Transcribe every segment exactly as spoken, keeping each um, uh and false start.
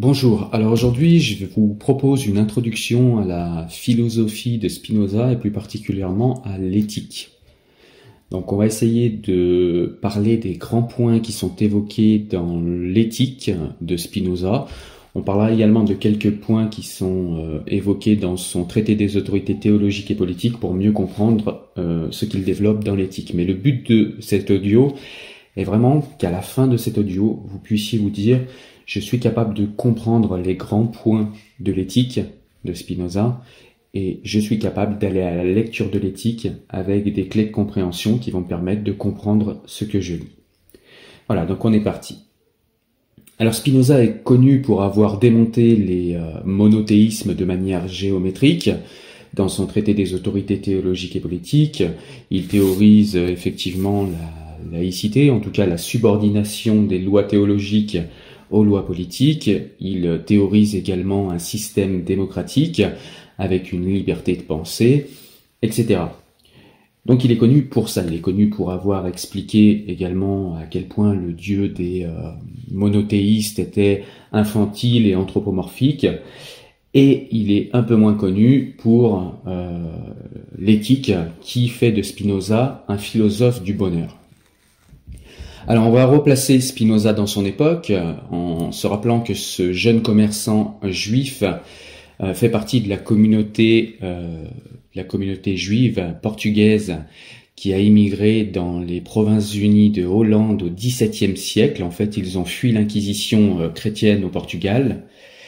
Bonjour, alors aujourd'hui je vous propose une introduction à la philosophie de Spinoza et plus particulièrement à l'éthique. Donc on va essayer de parler des grands points qui sont évoqués dans l'éthique de Spinoza. On parlera également de quelques points qui sont euh, évoqués dans son traité des autorités théologiques et politiques pour mieux comprendre euh, ce qu'il développe dans l'éthique. Mais le but de cet audio est vraiment qu'à la fin de cet audio, vous puissiez vous dire « Je suis capable de comprendre les grands points de l'éthique de Spinoza et je suis capable d'aller à la lecture de l'éthique avec des clés de compréhension qui vont me permettre de comprendre ce que je lis. » Voilà, donc on est parti. Alors Spinoza est connu pour avoir démonté les euh, monothéismes de manière géométrique. Dans son traité des autorités théologiques et politiques, il théorise euh, effectivement la laïcité, en tout cas la subordination des lois théologiques aux lois politiques. Il théorise également un système démocratique avec une liberté de pensée, et cetera. Donc il est connu pour ça, il est connu pour avoir expliqué également à quel point le dieu des euh, monothéistes était infantile et anthropomorphique, et il est un peu moins connu pour euh, l'éthique qui fait de Spinoza un philosophe du bonheur. Alors on va replacer Spinoza dans son époque en se rappelant que ce jeune commerçant juif euh, fait partie de la communauté euh, la communauté juive portugaise qui a immigré dans les Provinces-Unies de Hollande au dix-septième siècle. En fait, ils ont fui l'inquisition euh, chrétienne au Portugal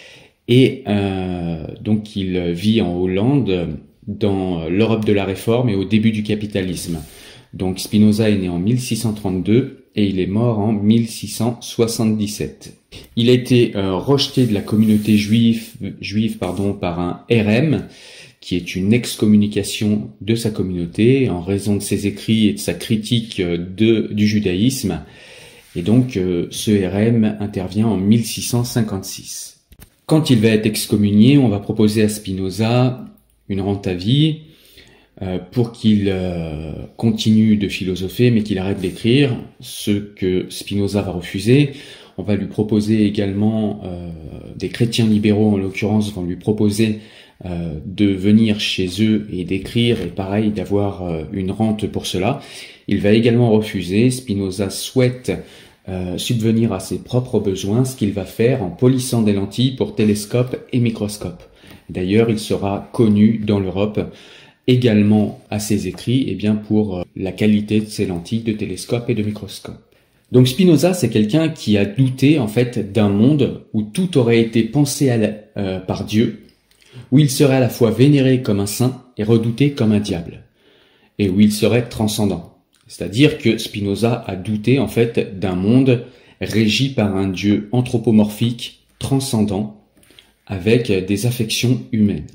et euh, donc il vit en Hollande dans l'Europe de la Réforme et au début du capitalisme. Donc Spinoza est né en mille six cent trente-deux et il est mort en mille six cent soixante-dix-sept. Il a été euh, rejeté de la communauté juive, juive pardon, par un R M, qui est une excommunication de sa communauté en raison de ses écrits et de sa critique de, du judaïsme. Et donc euh, ce R M intervient en mille six cent cinquante-six. Quand il va être excommunié, on va proposer à Spinoza une rente à vie, Euh, pour qu'il euh, continue de philosopher mais qu'il arrête d'écrire, ce que Spinoza va refuser. On va lui proposer également, euh, des chrétiens libéraux en l'occurrence vont lui proposer euh, de venir chez eux et d'écrire et pareil d'avoir euh, une rente pour cela. Il va également refuser. Spinoza souhaite euh, subvenir à ses propres besoins, ce qu'il va faire en polissant des lentilles pour télescope et microscope. D'ailleurs, il sera connu dans l'Europe également à ses écrits eh bien pour la qualité de ses lentilles de télescope et de microscope. Donc Spinoza, c'est quelqu'un qui a douté en fait d'un monde où tout aurait été pensé à la, euh, par Dieu, où il serait à la fois vénéré comme un saint et redouté comme un diable, et où il serait transcendant. C'est-à-dire que Spinoza a douté en fait d'un monde régi par un Dieu anthropomorphique, transcendant, avec des affections humaines.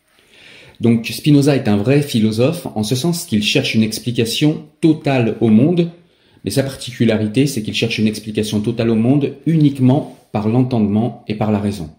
Donc Spinoza est un vrai philosophe en ce sens qu'il cherche une explication totale au monde, mais sa particularité c'est qu'il cherche une explication totale au monde uniquement par l'entendement et par la raison.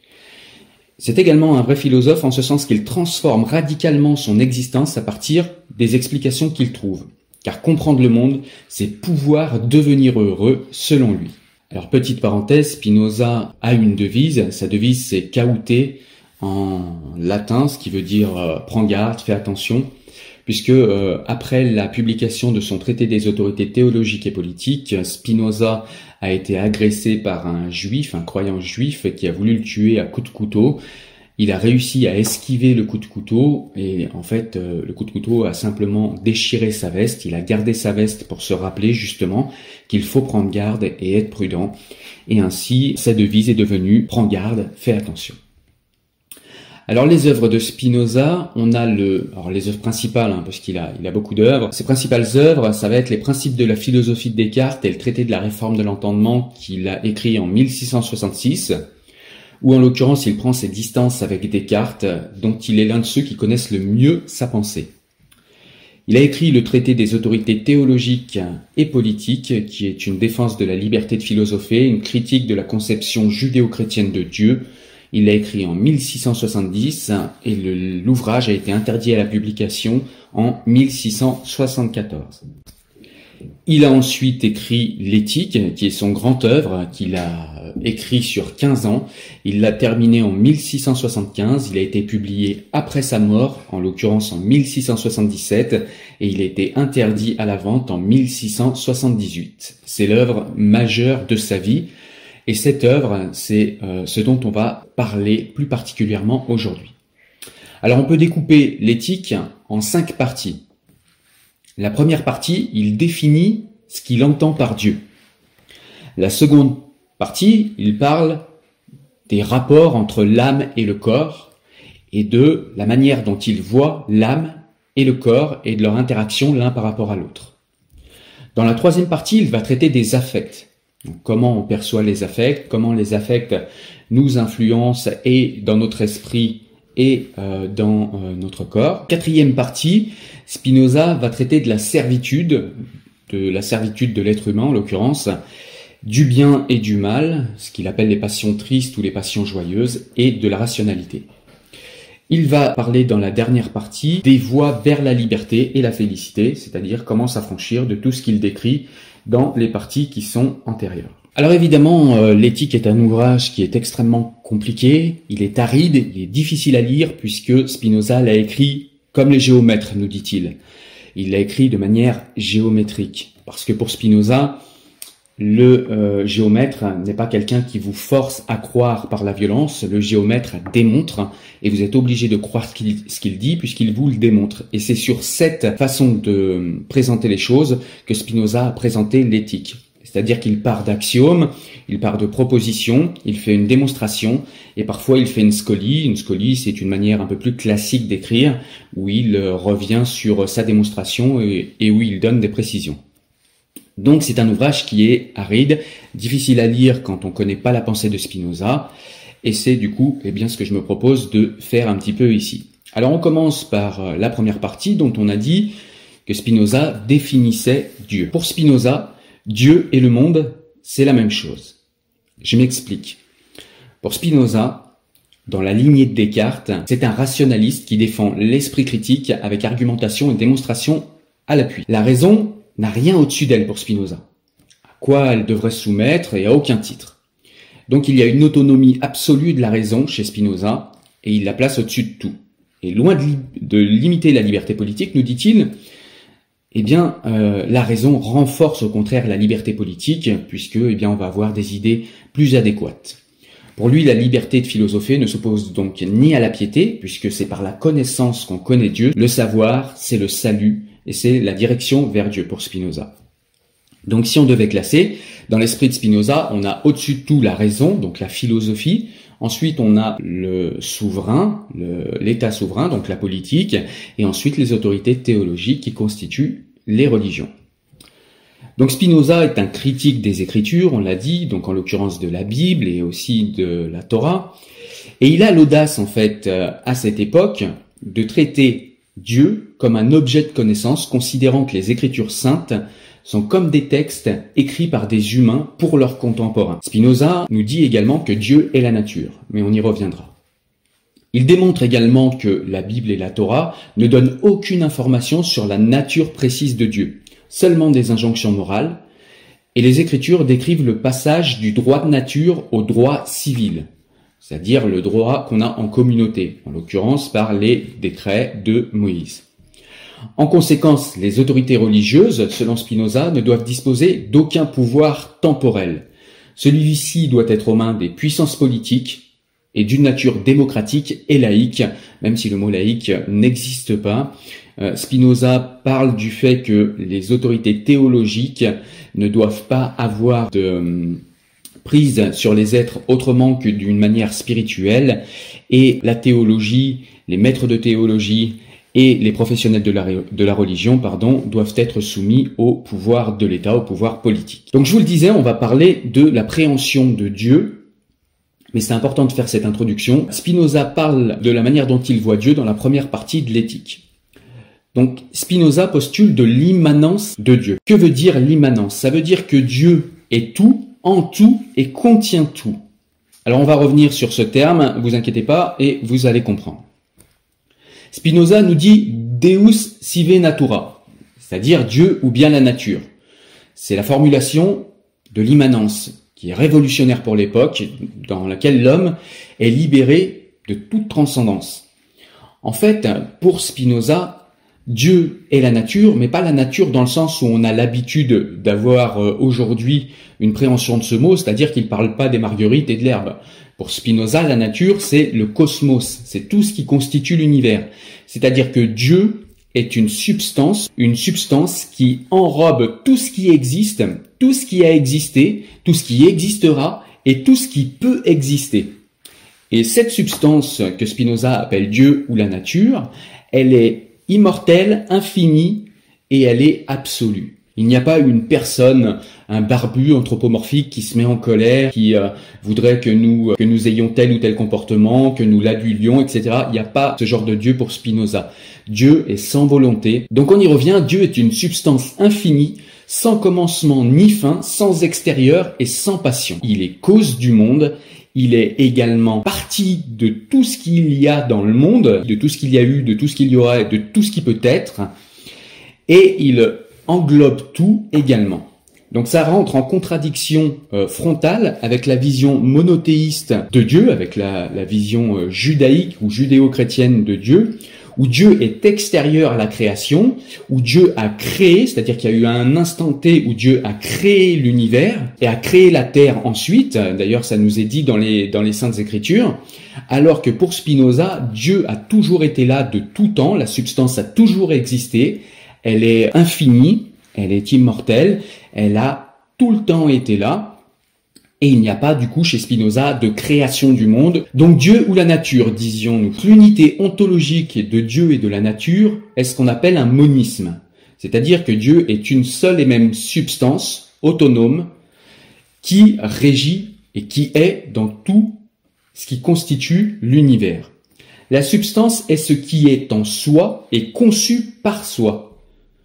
C'est également un vrai philosophe en ce sens qu'il transforme radicalement son existence à partir des explications qu'il trouve. Car comprendre le monde, c'est pouvoir devenir heureux selon lui. Alors petite parenthèse, Spinoza a une devise, sa devise c'est « caute », en latin, ce qui veut dire euh, « prends garde, fais attention », puisque euh, après la publication de son traité des autorités théologiques et politiques, Spinoza a été agressé par un juif, un croyant juif, qui a voulu le tuer à coups de couteau. Il a réussi à esquiver le coup de couteau, et en fait, euh, le coup de couteau a simplement déchiré sa veste. Il a gardé sa veste pour se rappeler justement qu'il faut prendre garde et être prudent. Et ainsi, sa devise est devenue « prends garde, fais attention ». Alors les œuvres de Spinoza, on a le, alors les œuvres principales, hein, parce qu'il a, il a beaucoup d'œuvres. Ses principales œuvres, ça va être les principes de la philosophie de Descartes et le traité de la réforme de l'entendement qu'il a écrit en mille six cent soixante-six, où en l'occurrence il prend ses distances avec Descartes, dont il est l'un de ceux qui connaissent le mieux sa pensée. Il a écrit le traité des autorités théologiques et politiques, qui est une défense de la liberté de philosopher, une critique de la conception judéo-chrétienne de Dieu. Il l'a écrit en mille six cent soixante-dix et le, l'ouvrage a été interdit à la publication en mille six cent soixante-quatorze. Il a ensuite écrit l'Éthique, qui est son grand œuvre, qu'il a écrit sur quinze ans. Il l'a terminé en mille six cent soixante-quinze. Il a été publié après sa mort, en l'occurrence en mille six cent soixante-dix-sept, et il a été interdit à la vente en mille six cent soixante-dix-huit. C'est l'œuvre majeure de sa vie, et cette œuvre, c'est euh, ce dont on va parler plus particulièrement aujourd'hui. Alors on peut découper l'Éthique en cinq parties. La première partie, il définit ce qu'il entend par Dieu. La seconde partie, il parle des rapports entre l'âme et le corps et de la manière dont il voit l'âme et le corps et de leur interaction l'un par rapport à l'autre. Dans la troisième partie, il va traiter des affects. Donc, comment on perçoit les affects, comment les affects nous influencent et dans notre esprit et euh, dans euh, notre corps. Quatrième partie, Spinoza va traiter de la servitude, de la servitude de l'être humain en l'occurrence, du bien et du mal, ce qu'il appelle les passions tristes ou les passions joyeuses, et de la rationalité. Il va parler dans la dernière partie des voies vers la liberté et la félicité, c'est-à-dire comment s'affranchir de tout ce qu'il décrit dans les parties qui sont antérieures. Alors évidemment, euh, l'Éthique est un ouvrage qui est extrêmement compliqué, il est aride, il est difficile à lire puisque Spinoza l'a écrit comme les géomètres, nous dit-il. Il l'a écrit de manière géométrique, parce que pour Spinoza, le euh, géomètre n'est pas quelqu'un qui vous force à croire par la violence, le géomètre démontre, et vous êtes obligé de croire ce qu'il, ce qu'il dit puisqu'il vous le démontre. Et c'est sur cette façon de présenter les choses que Spinoza a présenté l'Éthique. C'est-à-dire qu'il part d'axiomes, il part de propositions, il fait une démonstration, et parfois il fait une scolie. Une scolie, c'est une manière un peu plus classique d'écrire, où il revient sur sa démonstration et, et où il donne des précisions. Donc c'est un ouvrage qui est aride, difficile à lire quand on connaît pas la pensée de Spinoza, et c'est du coup eh bien, ce que je me propose de faire un petit peu ici. Alors on commence par la première partie dont on a dit que Spinoza définissait Dieu. Pour Spinoza, Dieu et le monde, c'est la même chose. Je m'explique. Pour Spinoza, dans la lignée de Descartes, c'est un rationaliste qui défend l'esprit critique avec argumentation et démonstration à l'appui. La raison n'a rien au-dessus d'elle pour Spinoza. À quoi elle devrait se soumettre et à aucun titre. Donc il y a une autonomie absolue de la raison chez Spinoza et il la place au-dessus de tout. Et loin de, li- de limiter la liberté politique, nous dit-il, eh bien, euh, la raison renforce au contraire la liberté politique, puisque, eh bien, on va avoir des idées plus adéquates. Pour lui, la liberté de philosopher ne s'oppose donc ni à la piété, puisque c'est par la connaissance qu'on connaît Dieu. Le savoir, c'est le salut, et c'est la direction vers Dieu pour Spinoza. Donc, si on devait classer, dans l'esprit de Spinoza, on a au-dessus de tout la raison, donc la philosophie. Ensuite, on a le souverain, le, l'État souverain, donc la politique, et ensuite les autorités théologiques qui constituent les religions. Donc Spinoza est un critique des Écritures, on l'a dit, donc en l'occurrence de la Bible et aussi de la Torah, et il a l'audace en fait à cette époque de traiter Dieu comme un objet de connaissance, considérant que les Écritures saintes sont comme des textes écrits par des humains pour leurs contemporains. Spinoza nous dit également que Dieu est la nature, mais on y reviendra. Il démontre également que la Bible et la Torah ne donnent aucune information sur la nature précise de Dieu, seulement des injonctions morales, et les Écritures décrivent le passage du droit de nature au droit civil, c'est-à-dire le droit qu'on a en communauté, en l'occurrence par les décrets de Moïse. En conséquence, les autorités religieuses, selon Spinoza, ne doivent disposer d'aucun pouvoir temporel. Celui-ci doit être aux mains des puissances politiques et d'une nature démocratique et laïque, même si le mot laïque n'existe pas. Euh, Spinoza parle du fait que les autorités théologiques ne doivent pas avoir de euh, prise sur les êtres autrement que d'une manière spirituelle, et la théologie, les maîtres de théologie, et les professionnels de la, de la religion, pardon, doivent être soumis au pouvoir de l'État, au pouvoir politique. Donc je vous le disais, on va parler de la préhension de Dieu, mais c'est important de faire cette introduction. Spinoza parle de la manière dont il voit Dieu dans la première partie de l'Éthique. Donc Spinoza postule de l'immanence de Dieu. Que veut dire l'immanence? Ça veut dire que Dieu est tout, en tout et contient tout. Alors on va revenir sur ce terme, vous inquiétez pas, et vous allez comprendre. Spinoza nous dit Deus sive natura, c'est-à-dire Dieu ou bien la nature. C'est la formulation de l'immanence, qui est révolutionnaire pour l'époque, dans laquelle l'homme est libéré de toute transcendance. En fait, pour Spinoza, Dieu est la nature, mais pas la nature dans le sens où on a l'habitude d'avoir aujourd'hui une préhension de ce mot, c'est-à-dire qu'il ne parle pas des marguerites et de l'herbe. Pour Spinoza, la nature, c'est le cosmos, c'est tout ce qui constitue l'univers. C'est-à-dire que Dieu est une substance, une substance qui enrobe tout ce qui existe, tout ce qui a existé, tout ce qui existera et tout ce qui peut exister. Et cette substance que Spinoza appelle Dieu ou la nature, elle est immortelle, infinie et elle est absolue. Il n'y a pas une personne, un barbu anthropomorphique qui se met en colère, qui euh, voudrait que nous que nous ayons tel ou tel comportement, que nous l'adulions, et cetera. Il n'y a pas ce genre de Dieu pour Spinoza. Dieu est sans volonté. Donc on y revient, Dieu est une substance infinie, sans commencement ni fin, sans extérieur et sans passion. Il est cause du monde. Il est également partie de tout ce qu'il y a dans le monde, de tout ce qu'il y a eu, de tout ce qu'il y aura et de tout ce qui peut être. Et il englobe tout également. Donc ça rentre en contradiction euh, frontale avec la vision monothéiste de Dieu, avec la, la vision euh, judaïque ou judéo-chrétienne de Dieu, où Dieu est extérieur à la création, où Dieu a créé, c'est-à-dire qu'il y a eu un instant T où Dieu a créé l'univers et a créé la terre ensuite. D'ailleurs, ça nous est dit dans les, dans les Saintes Écritures. Alors que pour Spinoza, Dieu a toujours été là de tout temps, la substance a toujours existé, elle est infinie, elle est immortelle, elle a tout le temps été là. Et il n'y a pas, du coup, chez Spinoza, de création du monde. Donc Dieu ou la nature, disions-nous. L'unité ontologique de Dieu et de la nature est ce qu'on appelle un monisme. C'est-à-dire que Dieu est une seule et même substance autonome qui régit et qui est dans tout ce qui constitue l'univers. La substance est ce qui est en soi et conçu par soi.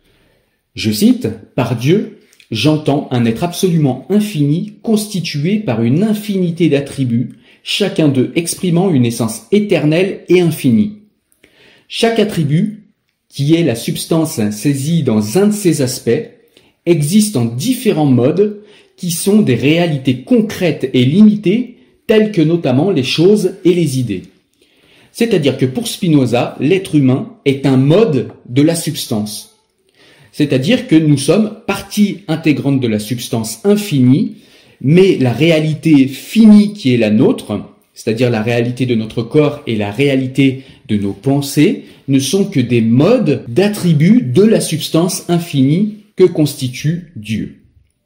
Je cite, « Par Dieu, j'entends un être absolument infini constitué par une infinité d'attributs, chacun d'eux exprimant une essence éternelle et infinie. Chaque attribut, qui est la substance saisie dans un de ses aspects, existe en différents modes qui sont des réalités concrètes et limitées, telles que notamment les choses et les idées. » C'est-à-dire que pour Spinoza, l'être humain est un mode de la substance. C'est-à-dire que nous sommes partie intégrante de la substance infinie, mais la réalité finie qui est la nôtre, c'est-à-dire la réalité de notre corps et la réalité de nos pensées, ne sont que des modes d'attributs de la substance infinie que constitue Dieu.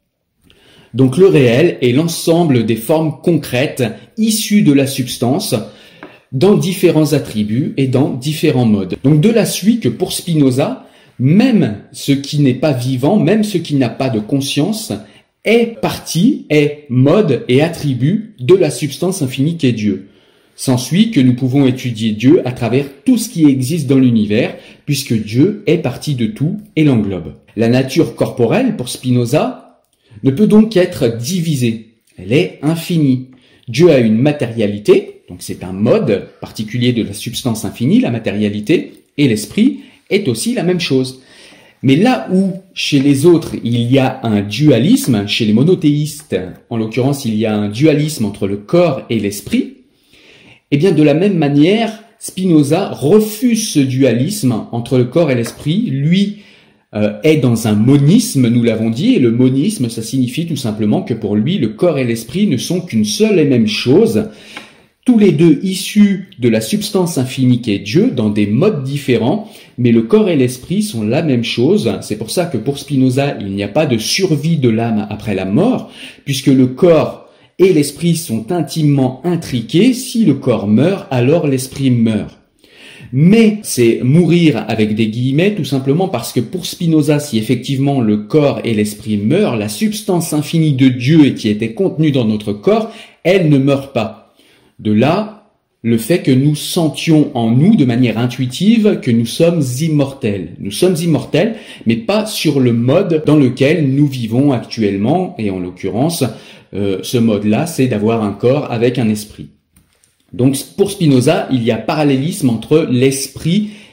Donc le réel est l'ensemble des formes concrètes issues de la substance, dans différents attributs et dans différents modes. Donc de là suit que pour Spinoza, même ce qui n'est pas vivant, même ce qui n'a pas de conscience, est partie, est mode et attribut de la substance infinie qu'est Dieu. S'ensuit que nous pouvons étudier Dieu à travers tout ce qui existe dans l'univers, puisque Dieu est partie de tout et l'englobe. La nature corporelle, pour Spinoza, ne peut donc être divisée. Elle est infinie. Dieu a une matérialité, donc c'est un mode particulier de la substance infinie, la matérialité, et l'esprit est aussi la même chose. Mais là où, chez les autres, il y a un dualisme, chez les monothéistes, en l'occurrence, il y a un dualisme entre le corps et l'esprit, eh bien, de la même manière, Spinoza refuse ce dualisme entre le corps et l'esprit. Lui euh, est dans un monisme, nous l'avons dit, et le monisme, ça signifie tout simplement que pour lui, le corps et l'esprit ne sont qu'une seule et même chose, tous les deux issus de la substance infinie qu'est Dieu, dans des modes différents, mais le corps et l'esprit sont la même chose. C'est pour ça que pour Spinoza, il n'y a pas de survie de l'âme après la mort, puisque le corps et l'esprit sont intimement intriqués. Si le corps meurt, alors l'esprit meurt. Mais c'est mourir avec des guillemets, tout simplement parce que pour Spinoza, si effectivement le corps et l'esprit meurent, la substance infinie de Dieu et qui était contenue dans notre corps, elle ne meurt pas. De là, le fait que nous sentions en nous de manière intuitive que nous sommes immortels. Nous sommes immortels, mais pas sur le mode dans lequel nous vivons actuellement, et en l'occurrence, euh, ce mode-là, c'est d'avoir un corps avec un esprit. Donc pour Spinoza, il y a parallélisme entre l'esprit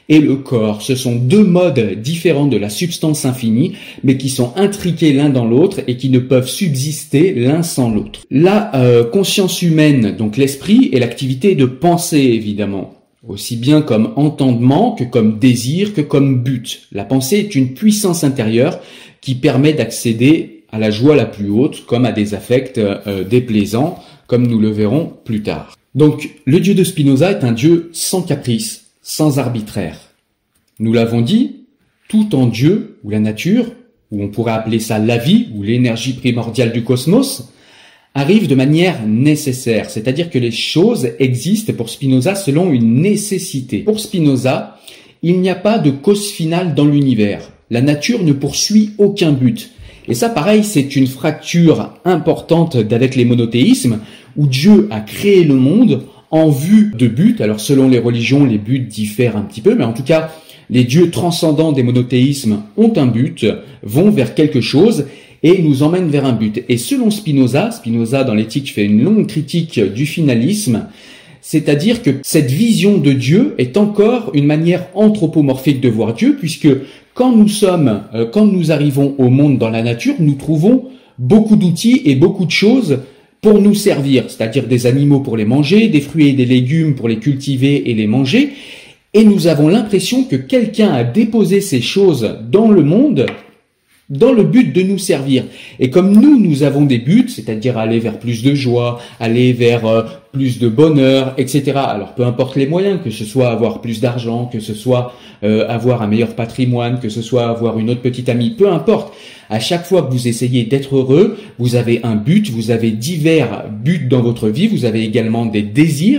et le corps. Ce sont deux modes différents de la substance infinie, mais qui sont intriqués l'un dans l'autre et qui ne peuvent subsister l'un sans l'autre. La euh, conscience humaine, donc l'esprit, est l'activité de penser, évidemment, aussi bien comme entendement que comme désir que comme but. La pensée est une puissance intérieure qui permet d'accéder à la joie la plus haute, comme à des affects euh, déplaisants, comme nous le verrons plus tard. Donc, le Dieu de Spinoza est un Dieu sans caprice, sans arbitraire. Nous l'avons dit, tout en Dieu, ou la nature, ou on pourrait appeler ça la vie, ou l'énergie primordiale du cosmos, arrive de manière nécessaire, c'est-à-dire que les choses existent pour Spinoza selon une nécessité. Pour Spinoza, il n'y a pas de cause finale dans l'univers. La nature ne poursuit aucun but. Et ça, pareil, c'est une fracture importante avec les monothéismes, où Dieu a créé le monde en vue de buts. Alors, selon les religions, les buts diffèrent un petit peu, mais en tout cas, les dieux transcendants des monothéismes ont un but, vont vers quelque chose et nous emmènent vers un but. Et selon Spinoza, Spinoza dans l'éthique fait une longue critique du finalisme, c'est-à-dire que cette vision de Dieu est encore une manière anthropomorphique de voir Dieu, puisque quand nous sommes, euh, quand nous arrivons au monde dans la nature, nous trouvons beaucoup d'outils et beaucoup de choses pour nous servir, c'est-à-dire des animaux pour les manger, des fruits et des légumes pour les cultiver et les manger, et nous avons l'impression que quelqu'un a déposé ces choses dans le monde dans le but de nous servir. Et comme nous, nous avons des buts, c'est-à-dire aller vers plus de joie, aller vers euh, plus de bonheur, et cetera. Alors peu importe les moyens, que ce soit avoir plus d'argent, que ce soit euh, avoir un meilleur patrimoine, que ce soit avoir une autre petite amie, peu importe. À chaque fois que vous essayez d'être heureux, vous avez un but, vous avez divers buts dans votre vie, vous avez également des désirs.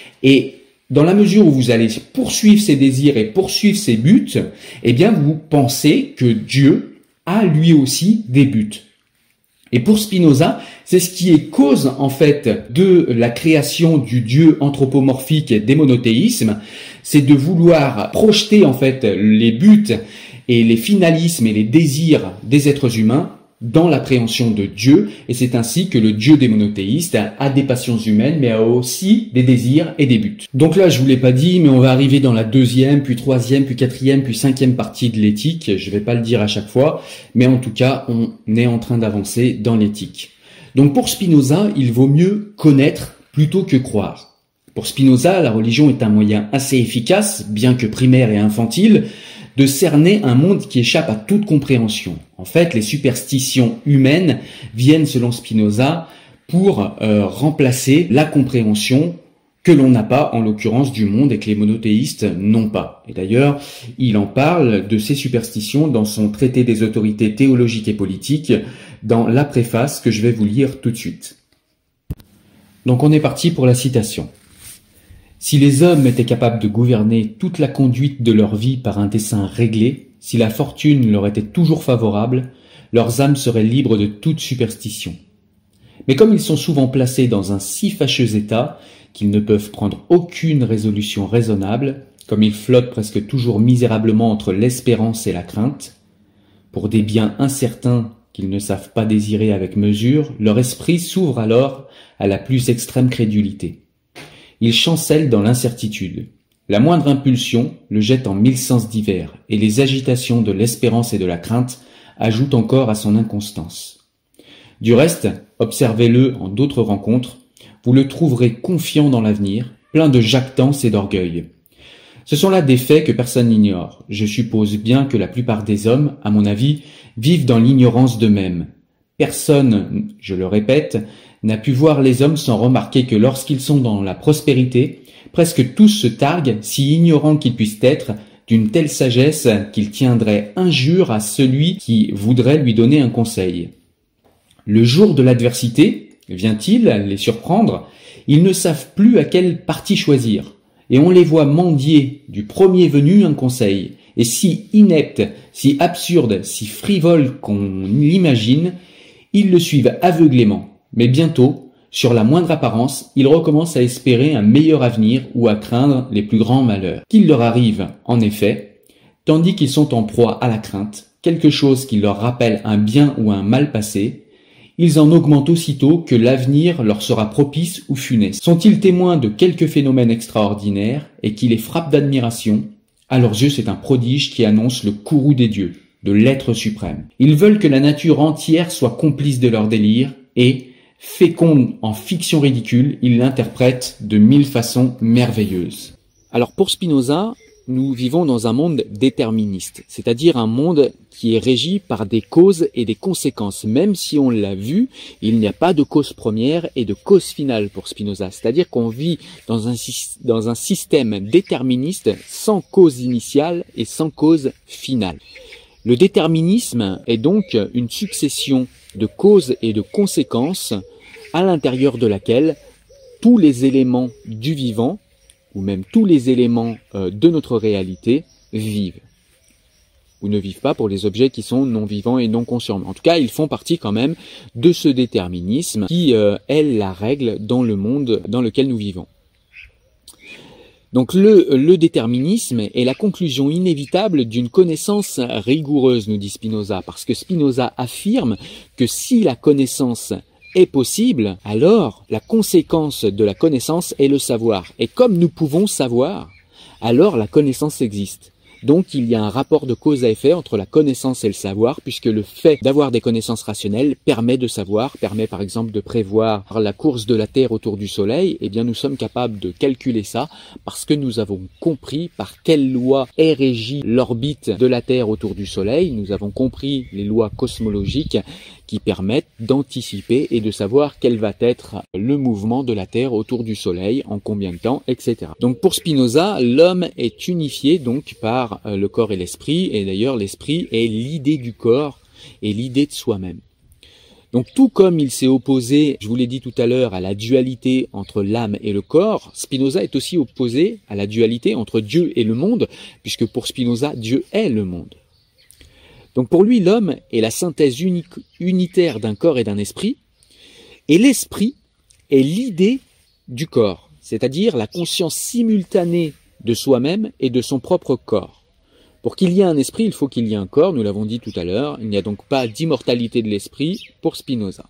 Et dans la mesure où vous allez poursuivre ces désirs et poursuivre ces buts, eh bien vous pensez que Dieu a lui aussi des buts. Et pour Spinoza, c'est ce qui est cause en fait de la création du Dieu anthropomorphique des monothéismes, c'est de vouloir projeter en fait les buts et les finalismes et les désirs des êtres humains dans l'appréhension de Dieu, et c'est ainsi que le Dieu des monothéistes a des passions humaines, mais a aussi des désirs et des buts. Donc là, je vous l'ai pas dit, mais on va arriver dans la deuxième, puis troisième, puis quatrième, puis cinquième partie de l'éthique. Je vais pas le dire à chaque fois, mais en tout cas, on est en train d'avancer dans l'éthique. Donc pour Spinoza, il vaut mieux connaître plutôt que croire. Pour Spinoza, la religion est un moyen assez efficace, bien que primaire et infantile, de cerner un monde qui échappe à toute compréhension. En fait, les superstitions humaines viennent, selon Spinoza, pour euh, remplacer la compréhension que l'on n'a pas, en l'occurrence du monde, et que les monothéistes n'ont pas. Et d'ailleurs, il en parle de ces superstitions dans son traité des autorités théologiques et politiques, dans la préface que je vais vous lire tout de suite. Donc on est parti pour la citation. Si les hommes étaient capables de gouverner toute la conduite de leur vie par un dessein réglé, si la fortune leur était toujours favorable, leurs âmes seraient libres de toute superstition. Mais comme ils sont souvent placés dans un si fâcheux état qu'ils ne peuvent prendre aucune résolution raisonnable, comme ils flottent presque toujours misérablement entre l'espérance et la crainte, pour des biens incertains qu'ils ne savent pas désirer avec mesure, leur esprit s'ouvre alors à la plus extrême crédulité. Il chancelle dans l'incertitude. La moindre impulsion le jette en mille sens divers, et les agitations de l'espérance et de la crainte ajoutent encore à son inconstance. Du reste, observez-le en d'autres rencontres, vous le trouverez confiant dans l'avenir, plein de jactance et d'orgueil. Ce sont là des faits que personne n'ignore. Je suppose bien que la plupart des hommes, à mon avis, vivent dans l'ignorance d'eux-mêmes. Personne, je le répète, n'a pu voir les hommes sans remarquer que lorsqu'ils sont dans la prospérité, presque tous se targuent, si ignorants qu'ils puissent être, d'une telle sagesse qu'ils tiendraient injure à celui qui voudrait lui donner un conseil. Le jour de l'adversité, vient-il les surprendre, ils ne savent plus à quel parti choisir, et on les voit mendier du premier venu un conseil, et si inepte, si absurde, si frivole qu'on l'imagine, ils le suivent aveuglément. Mais bientôt, sur la moindre apparence, ils recommencent à espérer un meilleur avenir ou à craindre les plus grands malheurs. Qu'il leur arrive, en effet, tandis qu'ils sont en proie à la crainte, quelque chose qui leur rappelle un bien ou un mal passé, ils en augmentent aussitôt que l'avenir leur sera propice ou funeste. Sont-ils témoins de quelques phénomènes extraordinaires et qui les frappent d'admiration, À leurs yeux, c'est un prodige qui annonce le courroux des dieux, de l'être suprême. Ils veulent que la nature entière soit complice de leur délire et, féconde en fiction ridicule, ils l'interprètent de mille façons merveilleuses. Alors pour Spinoza, nous vivons dans un monde déterministe, c'est-à-dire un monde qui est régi par des causes et des conséquences. Même si on l'a vu, il n'y a pas de cause première et de cause finale pour Spinoza. C'est-à-dire qu'on vit dans un, dans un système déterministe sans cause initiale et sans cause finale. Le déterminisme est donc une succession de causes et de conséquences à l'intérieur de laquelle tous les éléments du vivant, ou même tous les éléments euh, de notre réalité, vivent. Ou ne vivent pas pour les objets qui sont non vivants et non conscients. En tout cas, ils font partie quand même de ce déterminisme qui euh, est la règle dans le monde dans lequel nous vivons. Donc le, le déterminisme est la conclusion inévitable d'une connaissance rigoureuse, nous dit Spinoza, parce que Spinoza affirme que si la connaissance est possible, alors la conséquence de la connaissance est le savoir. Et comme nous pouvons savoir, alors la connaissance existe. Donc il y a un rapport de cause à effet entre la connaissance et le savoir, puisque le fait d'avoir des connaissances rationnelles permet de savoir, permet par exemple de prévoir la course de la Terre autour du Soleil. Eh bien nous sommes capables de calculer ça parce que nous avons compris par quelle loi est régie l'orbite de la Terre autour du Soleil. Nous avons compris les lois cosmologiques qui permettent d'anticiper et de savoir quel va être le mouvement de la Terre autour du Soleil, en combien de temps, et cetera. Donc pour Spinoza, l'homme est unifié donc par le corps et l'esprit, et d'ailleurs l'esprit est l'idée du corps et l'idée de soi-même. Donc tout comme il s'est opposé, je vous l'ai dit tout à l'heure, à la dualité entre l'âme et le corps, Spinoza est aussi opposé à la dualité entre Dieu et le monde, puisque pour Spinoza, Dieu est le monde. Donc pour lui, l'homme est la synthèse unique, unitaire d'un corps et d'un esprit, et l'esprit est l'idée du corps, c'est-à-dire la conscience simultanée de soi-même et de son propre corps. Pour qu'il y ait un esprit, il faut qu'il y ait un corps, nous l'avons dit tout à l'heure, il n'y a donc pas d'immortalité de l'esprit pour Spinoza.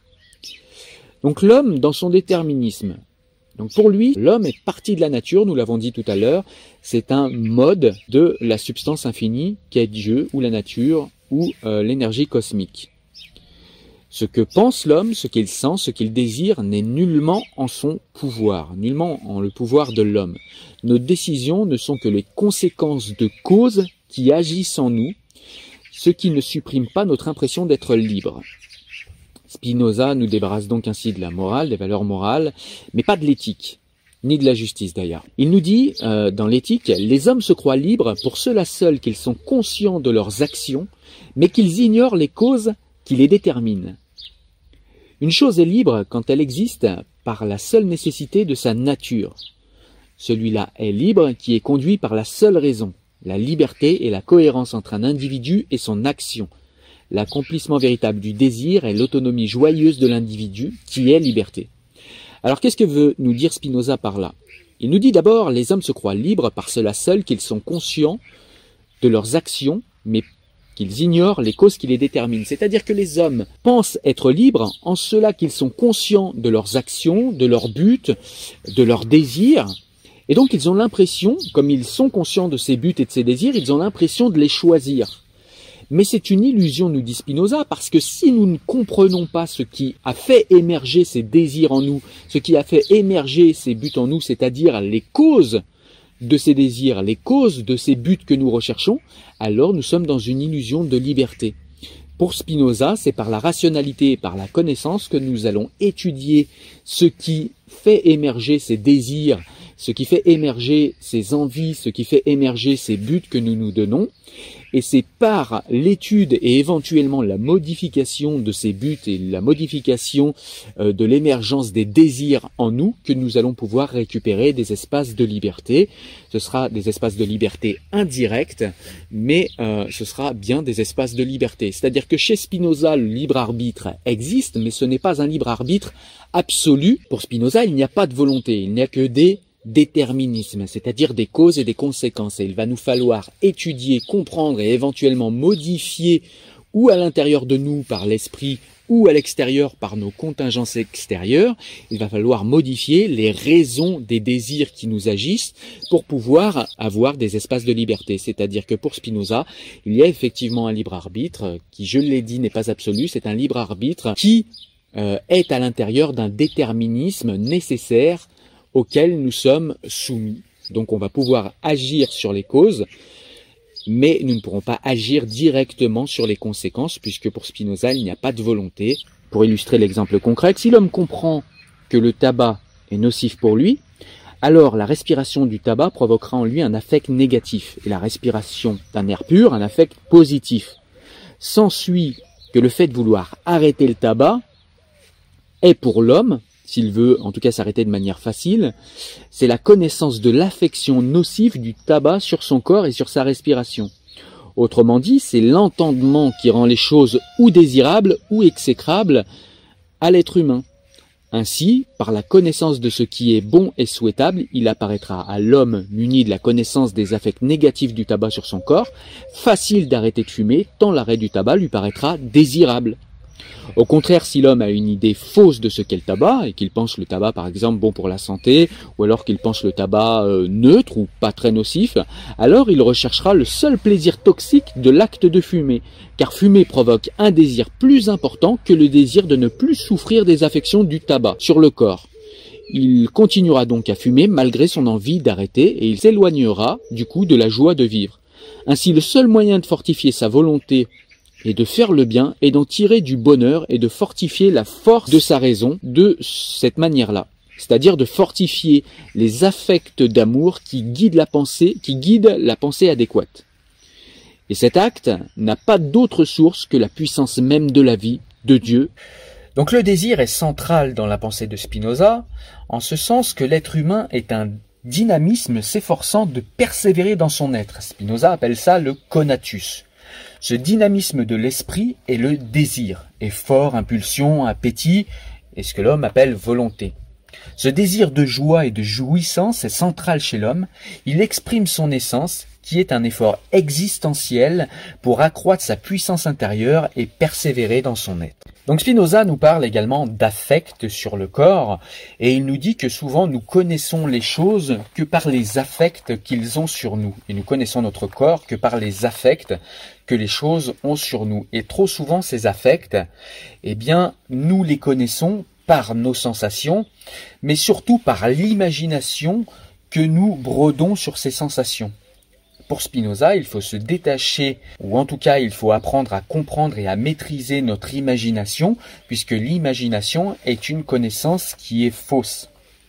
Donc l'homme dans son déterminisme, donc pour lui, l'homme est partie de la nature, nous l'avons dit tout à l'heure, c'est un mode de la substance infinie qu'est Dieu ou la nature ou euh, l'énergie cosmique. Ce que pense l'homme, ce qu'il sent, ce qu'il désire n'est nullement en son pouvoir, nullement en le pouvoir de l'homme. Nos décisions ne sont que les conséquences de causes qui agissent en nous, ce qui ne supprime pas notre impression d'être libre. Spinoza nous débarrasse donc ainsi de la morale, des valeurs morales, mais pas de l'éthique, ni de la justice d'ailleurs. Il nous dit, euh, dans l'éthique, les hommes se croient libres pour cela seul qu'ils sont conscients de leurs actions, mais qu'ils ignorent les causes qui les déterminent. Une chose est libre quand elle existe par la seule nécessité de sa nature. Celui-là est libre qui est conduit par la seule raison, la liberté et la cohérence entre un individu et son action. L'accomplissement véritable du désir est l'autonomie joyeuse de l'individu qui est liberté. Alors qu'est-ce que veut nous dire Spinoza par là? Il nous dit d'abord, les hommes se croient libres par cela seul qu'ils sont conscients de leurs actions, mais qu'ils ignorent les causes qui les déterminent. C'est-à-dire que les hommes pensent être libres en cela qu'ils sont conscients de leurs actions, de leurs buts, de leurs désirs. Et donc ils ont l'impression, comme ils sont conscients de ces buts et de ces désirs, ils ont l'impression de les choisir. Mais c'est une illusion, nous dit Spinoza, parce que si nous ne comprenons pas ce qui a fait émerger ces désirs en nous, ce qui a fait émerger ces buts en nous, c'est-à-dire les causes de ces désirs, les causes de ces buts que nous recherchons, alors nous sommes dans une illusion de liberté. Pour Spinoza, c'est par la rationalité et par la connaissance que nous allons étudier ce qui fait émerger ces désirs, ce qui fait émerger ces envies, ce qui fait émerger ces buts que nous nous donnons. Et c'est par l'étude et éventuellement la modification de ces buts et la modification euh, de l'émergence des désirs en nous que nous allons pouvoir récupérer des espaces de liberté. Ce sera des espaces de liberté indirects, mais euh, ce sera bien des espaces de liberté. C'est-à-dire que chez Spinoza, le libre arbitre existe, mais ce n'est pas un libre arbitre absolu. Pour Spinoza, il n'y a pas de volonté, il n'y a que des déterminisme, c'est-à-dire des causes et des conséquences. Et il va nous falloir étudier, comprendre et éventuellement modifier ou à l'intérieur de nous par l'esprit ou à l'extérieur par nos contingences extérieures, il va falloir modifier les raisons des désirs qui nous agissent pour pouvoir avoir des espaces de liberté. C'est-à-dire que pour Spinoza, il y a effectivement un libre arbitre qui, je l'ai dit, n'est pas absolu, c'est un libre arbitre qui euh, est à l'intérieur d'un déterminisme nécessaire auquel nous sommes soumis. Donc on va pouvoir agir sur les causes, mais nous ne pourrons pas agir directement sur les conséquences, puisque pour Spinoza, il n'y a pas de volonté. Pour illustrer l'exemple concret, si l'homme comprend que le tabac est nocif pour lui, alors la respiration du tabac provoquera en lui un affect négatif, et la respiration d'un air pur, un affect positif. S'ensuit que le fait de vouloir arrêter le tabac est pour l'homme, s'il veut en tout cas s'arrêter de manière facile, c'est la connaissance de l'affection nocive du tabac sur son corps et sur sa respiration. Autrement dit, c'est l'entendement qui rend les choses ou désirables ou exécrables à l'être humain. Ainsi, par la connaissance de ce qui est bon et souhaitable, il apparaîtra à l'homme muni de la connaissance des affects négatifs du tabac sur son corps, facile d'arrêter de fumer, tant l'arrêt du tabac lui paraîtra désirable. Au contraire, si l'homme a une idée fausse de ce qu'est le tabac, et qu'il pense le tabac par exemple bon pour la santé, ou alors qu'il pense le tabac euh, neutre ou pas très nocif, alors il recherchera le seul plaisir toxique de l'acte de fumer, car fumer provoque un désir plus important que le désir de ne plus souffrir des affections du tabac sur le corps. Il continuera donc à fumer malgré son envie d'arrêter, et il s'éloignera du coup de la joie de vivre. Ainsi, le seul moyen de fortifier sa volonté et de faire le bien, et d'en tirer du bonheur et de fortifier la force de sa raison de cette manière-là. C'est-à-dire de fortifier les affects d'amour qui guident la pensée, qui guident la pensée adéquate. Et cet acte n'a pas d'autre source que la puissance même de la vie, de Dieu. Donc le désir est central dans la pensée de Spinoza, en ce sens que l'être humain est un dynamisme s'efforçant de persévérer dans son être. Spinoza appelle ça le conatus. Ce dynamisme de l'esprit est le désir, effort, impulsion, appétit, et ce que l'homme appelle volonté. Ce désir de joie et de jouissance est central chez l'homme, il exprime son essence, qui est un effort existentiel pour accroître sa puissance intérieure et persévérer dans son être. Donc Spinoza nous parle également d'affect sur le corps, et il nous dit que souvent nous connaissons les choses que par les affects qu'ils ont sur nous, et nous connaissons notre corps que par les affects que les choses ont sur nous. Et trop souvent ces affects, eh bien, nous les connaissons par nos sensations, mais surtout par l'imagination que nous brodons sur ces sensations. Pour Spinoza, il faut se détacher, ou en tout cas il faut apprendre à comprendre et à maîtriser notre imagination, puisque l'imagination est une connaissance qui est fausse.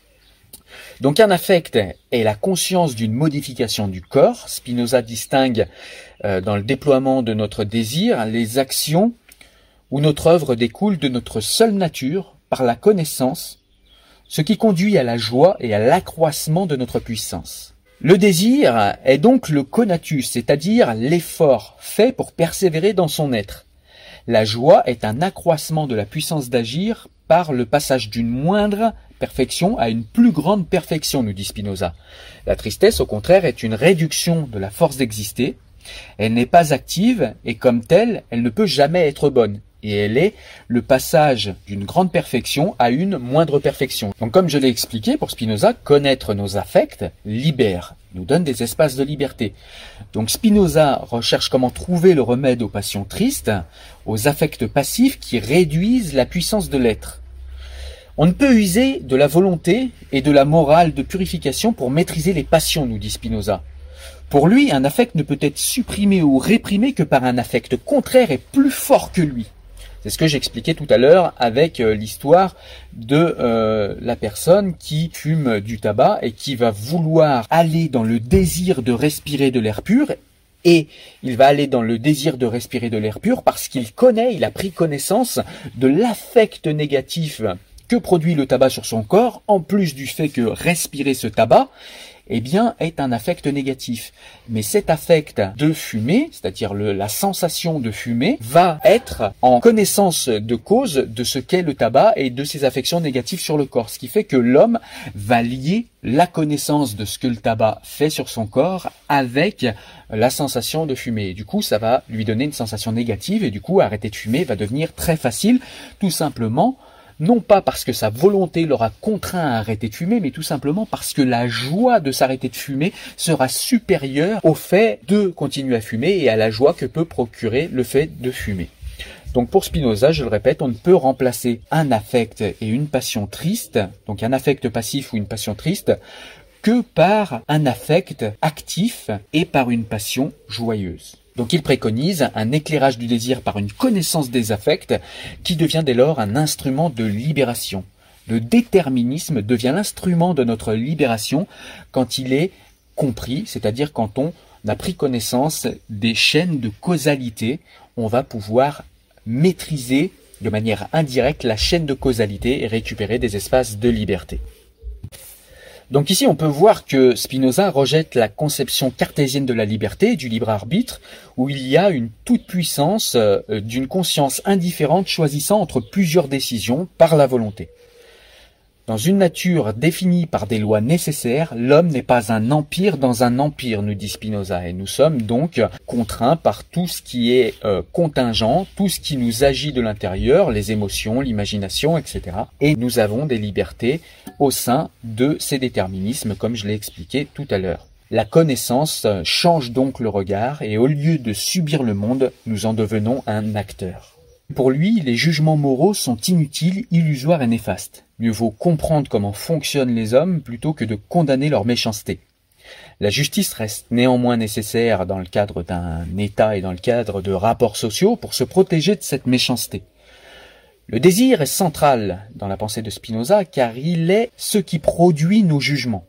Donc un affect est la conscience d'une modification du corps. Spinoza distingue euh, dans le déploiement de notre désir les actions où notre œuvre découle de notre seule nature par la connaissance, ce qui conduit à la joie et à l'accroissement de notre puissance. Le désir est donc le conatus, c'est-à-dire l'effort fait pour persévérer dans son être. La joie est un accroissement de la puissance d'agir par le passage d'une moindre perfection à une plus grande perfection, nous dit Spinoza. La tristesse, au contraire, est une réduction de la force d'exister. Elle n'est pas active et comme telle, elle ne peut jamais être bonne. Et elle est le passage d'une grande perfection à une moindre perfection. Donc comme je l'ai expliqué, pour Spinoza, connaître nos affects libère, nous donne des espaces de liberté. Donc Spinoza recherche comment trouver le remède aux passions tristes, aux affects passifs qui réduisent la puissance de l'être. On ne peut user de la volonté et de la morale de purification pour maîtriser les passions, nous dit Spinoza. Pour lui, un affect ne peut être supprimé ou réprimé que par un affect contraire et plus fort que lui. C'est ce que j'expliquais tout à l'heure avec euh, l'histoire de euh, la personne qui fume du tabac et qui va vouloir aller dans le désir de respirer de l'air pur. Et il va aller dans le désir de respirer de l'air pur parce qu'il connaît, il a pris connaissance de l'affect négatif que produit le tabac sur son corps, en plus du fait que respirer ce tabac eh bien, est un affect négatif. Mais cet affect de fumée, c'est-à-dire le, la sensation de fumée, va être en connaissance de cause de ce qu'est le tabac et de ses affections négatives sur le corps. Ce qui fait que l'homme va lier la connaissance de ce que le tabac fait sur son corps avec la sensation de fumer. Et du coup, ça va lui donner une sensation négative et du coup, arrêter de fumer va devenir très facile, tout simplement, non pas parce que sa volonté l'aura contraint à arrêter de fumer, mais tout simplement parce que la joie de s'arrêter de fumer sera supérieure au fait de continuer à fumer et à la joie que peut procurer le fait de fumer. Donc pour Spinoza, je le répète, on ne peut remplacer un affect et une passion triste, donc un affect passif ou une passion triste, que par un affect actif et par une passion joyeuse. Donc il préconise un éclairage du désir par une connaissance des affects qui devient dès lors un instrument de libération. Le déterminisme devient l'instrument de notre libération quand il est compris, c'est-à-dire quand on a pris connaissance des chaînes de causalité, on va pouvoir maîtriser de manière indirecte la chaîne de causalité et récupérer des espaces de liberté. Donc ici, on peut voir que Spinoza rejette la conception cartésienne de la liberté et du libre arbitre, où il y a une toute-puissance euh, d'une conscience indifférente choisissant entre plusieurs décisions par la volonté. Dans une nature définie par des lois nécessaires, l'homme n'est pas un empire dans un empire, nous dit Spinoza, et nous sommes donc contraints par tout ce qui est euh, contingent, tout ce qui nous agit de l'intérieur, les émotions, l'imagination, et cetera. Et nous avons des libertés au sein de ces déterminismes, comme je l'ai expliqué tout à l'heure. La connaissance change donc le regard, et au lieu de subir le monde, nous en devenons un acteur. Pour lui, les jugements moraux sont inutiles, illusoires et néfastes. Mieux vaut comprendre comment fonctionnent les hommes plutôt que de condamner leur méchanceté. La justice reste néanmoins nécessaire dans le cadre d'un État et dans le cadre de rapports sociaux pour se protéger de cette méchanceté. Le désir est central dans la pensée de Spinoza car il est ce qui produit nos jugements.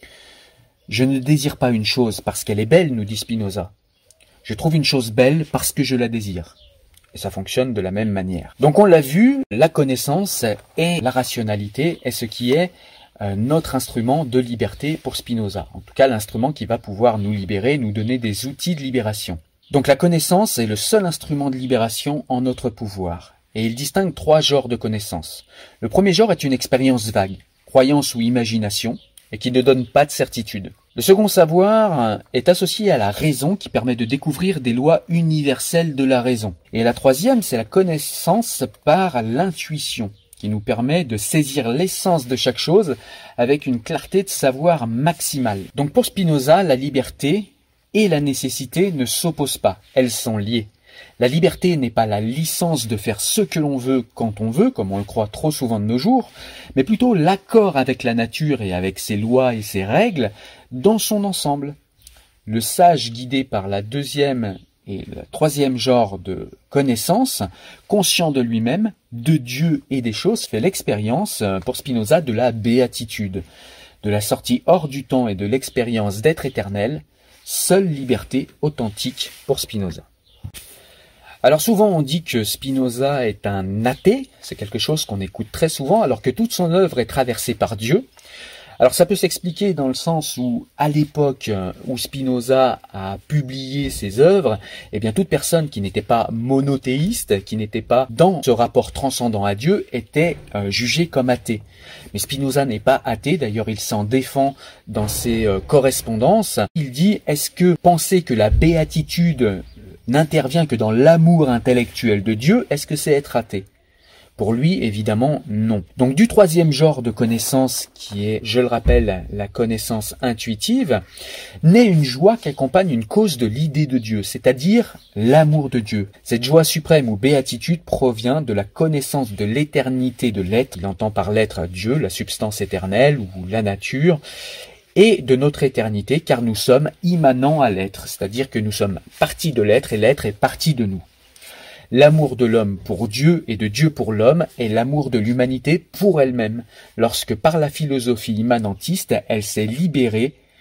Je ne désire pas une chose parce qu'elle est belle, nous dit Spinoza. Je trouve une chose belle parce que je la désire. Et ça fonctionne de la même manière. Donc on l'a vu, la connaissance et la rationalité est ce qui est euh, notre instrument de liberté pour Spinoza. En tout cas, l'instrument qui va pouvoir nous libérer, nous donner des outils de libération. Donc la connaissance est le seul instrument de libération en notre pouvoir. Et il distingue trois genres de connaissance. Le premier genre est une expérience vague, croyance ou imagination, et qui ne donne pas de certitude. Le second savoir est associé à la raison qui permet de découvrir des lois universelles de la raison. Et la troisième, c'est la connaissance par l'intuition, qui nous permet de saisir l'essence de chaque chose avec une clarté de savoir maximale. Donc pour Spinoza, la liberté et la nécessité ne s'opposent pas, elles sont liées. La liberté n'est pas la licence de faire ce que l'on veut quand on veut, comme on le croit trop souvent de nos jours, mais plutôt l'accord avec la nature et avec ses lois et ses règles dans son ensemble. Le sage guidé par la deuxième et le troisième genre de connaissance, conscient de lui-même, de Dieu et des choses, fait l'expérience, pour Spinoza, de la béatitude, de la sortie hors du temps et de l'expérience d'être éternel, seule liberté authentique pour Spinoza. Alors souvent on dit que Spinoza est un athée, c'est quelque chose qu'on écoute très souvent, alors que toute son œuvre est traversée par Dieu. Alors ça peut s'expliquer dans le sens où, à l'époque où Spinoza a publié ses œuvres, eh bien toute personne qui n'était pas monothéiste, qui n'était pas dans ce rapport transcendant à Dieu, était euh, jugée comme athée. Mais Spinoza n'est pas athée, d'ailleurs il s'en défend dans ses euh, correspondances. Il dit, est-ce que penser que la béatitude n'intervient que dans l'amour intellectuel de Dieu, est-ce que c'est être athée? Pour lui, évidemment, non. Donc du troisième genre de connaissance, qui est, je le rappelle, la connaissance intuitive, naît une joie qui accompagne une cause de l'idée de Dieu, c'est-à-dire l'amour de Dieu. Cette joie suprême ou béatitude provient de la connaissance de l'éternité de l'être, il entend par l'être Dieu, la substance éternelle ou la nature, et de notre éternité, car nous sommes immanents à l'être, c'est-à-dire que nous sommes partie de l'être et l'être est partie de nous. L'amour de l'homme pour Dieu et de Dieu pour l'homme est l'amour de l'humanité pour elle-même, lorsque par la philosophie immanentiste, elle s'est libérée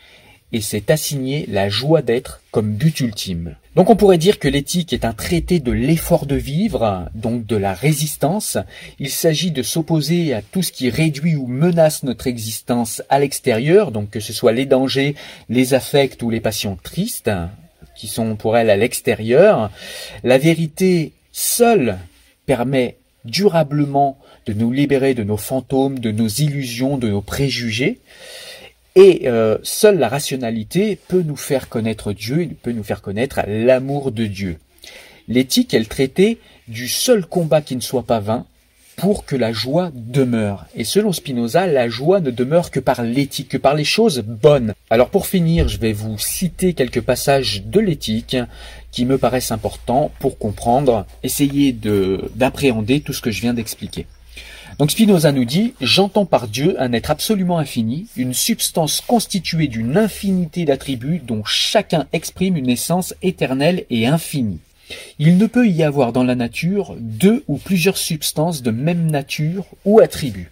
et s'est assigné la joie d'être comme but ultime. Donc on pourrait dire que l'éthique est un traité de l'effort de vivre, donc de la résistance. Il s'agit de s'opposer à tout ce qui réduit ou menace notre existence à l'extérieur, donc que ce soit les dangers, les affects ou les passions tristes, qui sont pour elle à l'extérieur. La vérité seule permet durablement de nous libérer de nos fantômes, de nos illusions, de nos préjugés. Et euh, seule la rationalité peut nous faire connaître Dieu, et peut nous faire connaître l'amour de Dieu. L'éthique est le traité du seul combat qui ne soit pas vain pour que la joie demeure. Et selon Spinoza, la joie ne demeure que par l'éthique, que par les choses bonnes. Alors pour finir, je vais vous citer quelques passages de l'éthique qui me paraissent importants pour comprendre, essayer de, d'appréhender tout ce que je viens d'expliquer. Donc Spinoza nous dit « J'entends par Dieu un être absolument infini, une substance constituée d'une infinité d'attributs dont chacun exprime une essence éternelle et infinie. Il ne peut y avoir dans la nature deux ou plusieurs substances de même nature ou attributs.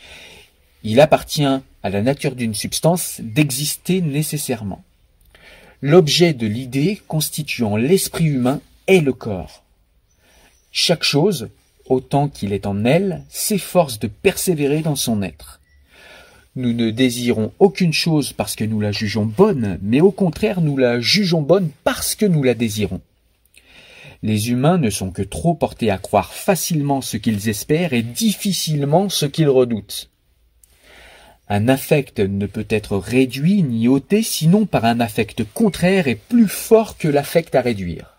Il appartient à la nature d'une substance d'exister nécessairement. L'objet de l'idée constituant l'esprit humain est le corps. Chaque chose, autant qu'il est en elle, s'efforce de persévérer dans son être. Nous ne désirons aucune chose parce que nous la jugeons bonne, mais au contraire nous la jugeons bonne parce que nous la désirons. Les humains ne sont que trop portés à croire facilement ce qu'ils espèrent et difficilement ce qu'ils redoutent. Un affect ne peut être réduit ni ôté sinon par un affect contraire et plus fort que l'affect à réduire.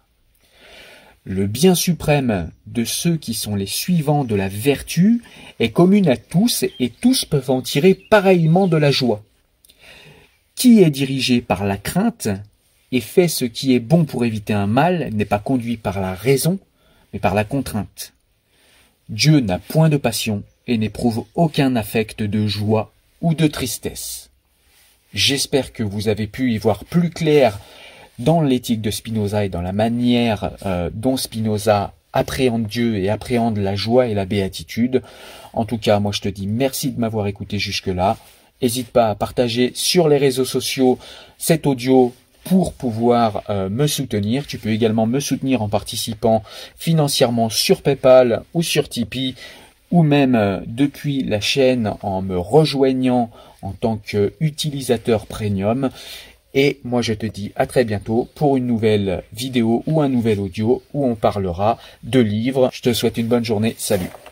Le bien suprême de ceux qui sont les suivants de la vertu est commune à tous et tous peuvent en tirer pareillement de la joie. Qui est dirigé par la crainte et fait ce qui est bon pour éviter un mal n'est pas conduit par la raison, mais par la contrainte. Dieu n'a point de passion et n'éprouve aucun affect de joie ou de tristesse. J'espère que vous avez pu y voir plus clair dans l'éthique de Spinoza et dans la manière euh, dont Spinoza appréhende Dieu et appréhende la joie et la béatitude. En tout cas, moi je te dis merci de m'avoir écouté jusque-là. N'hésite pas à partager sur les réseaux sociaux cet audio pour pouvoir euh, me soutenir. Tu peux également me soutenir en participant financièrement sur PayPal ou sur Tipeee, ou même euh, depuis la chaîne en me rejoignant en tant qu'utilisateur premium. Et moi je te dis à très bientôt pour une nouvelle vidéo ou un nouvel audio où on parlera de livres. Je te souhaite une bonne journée. Salut.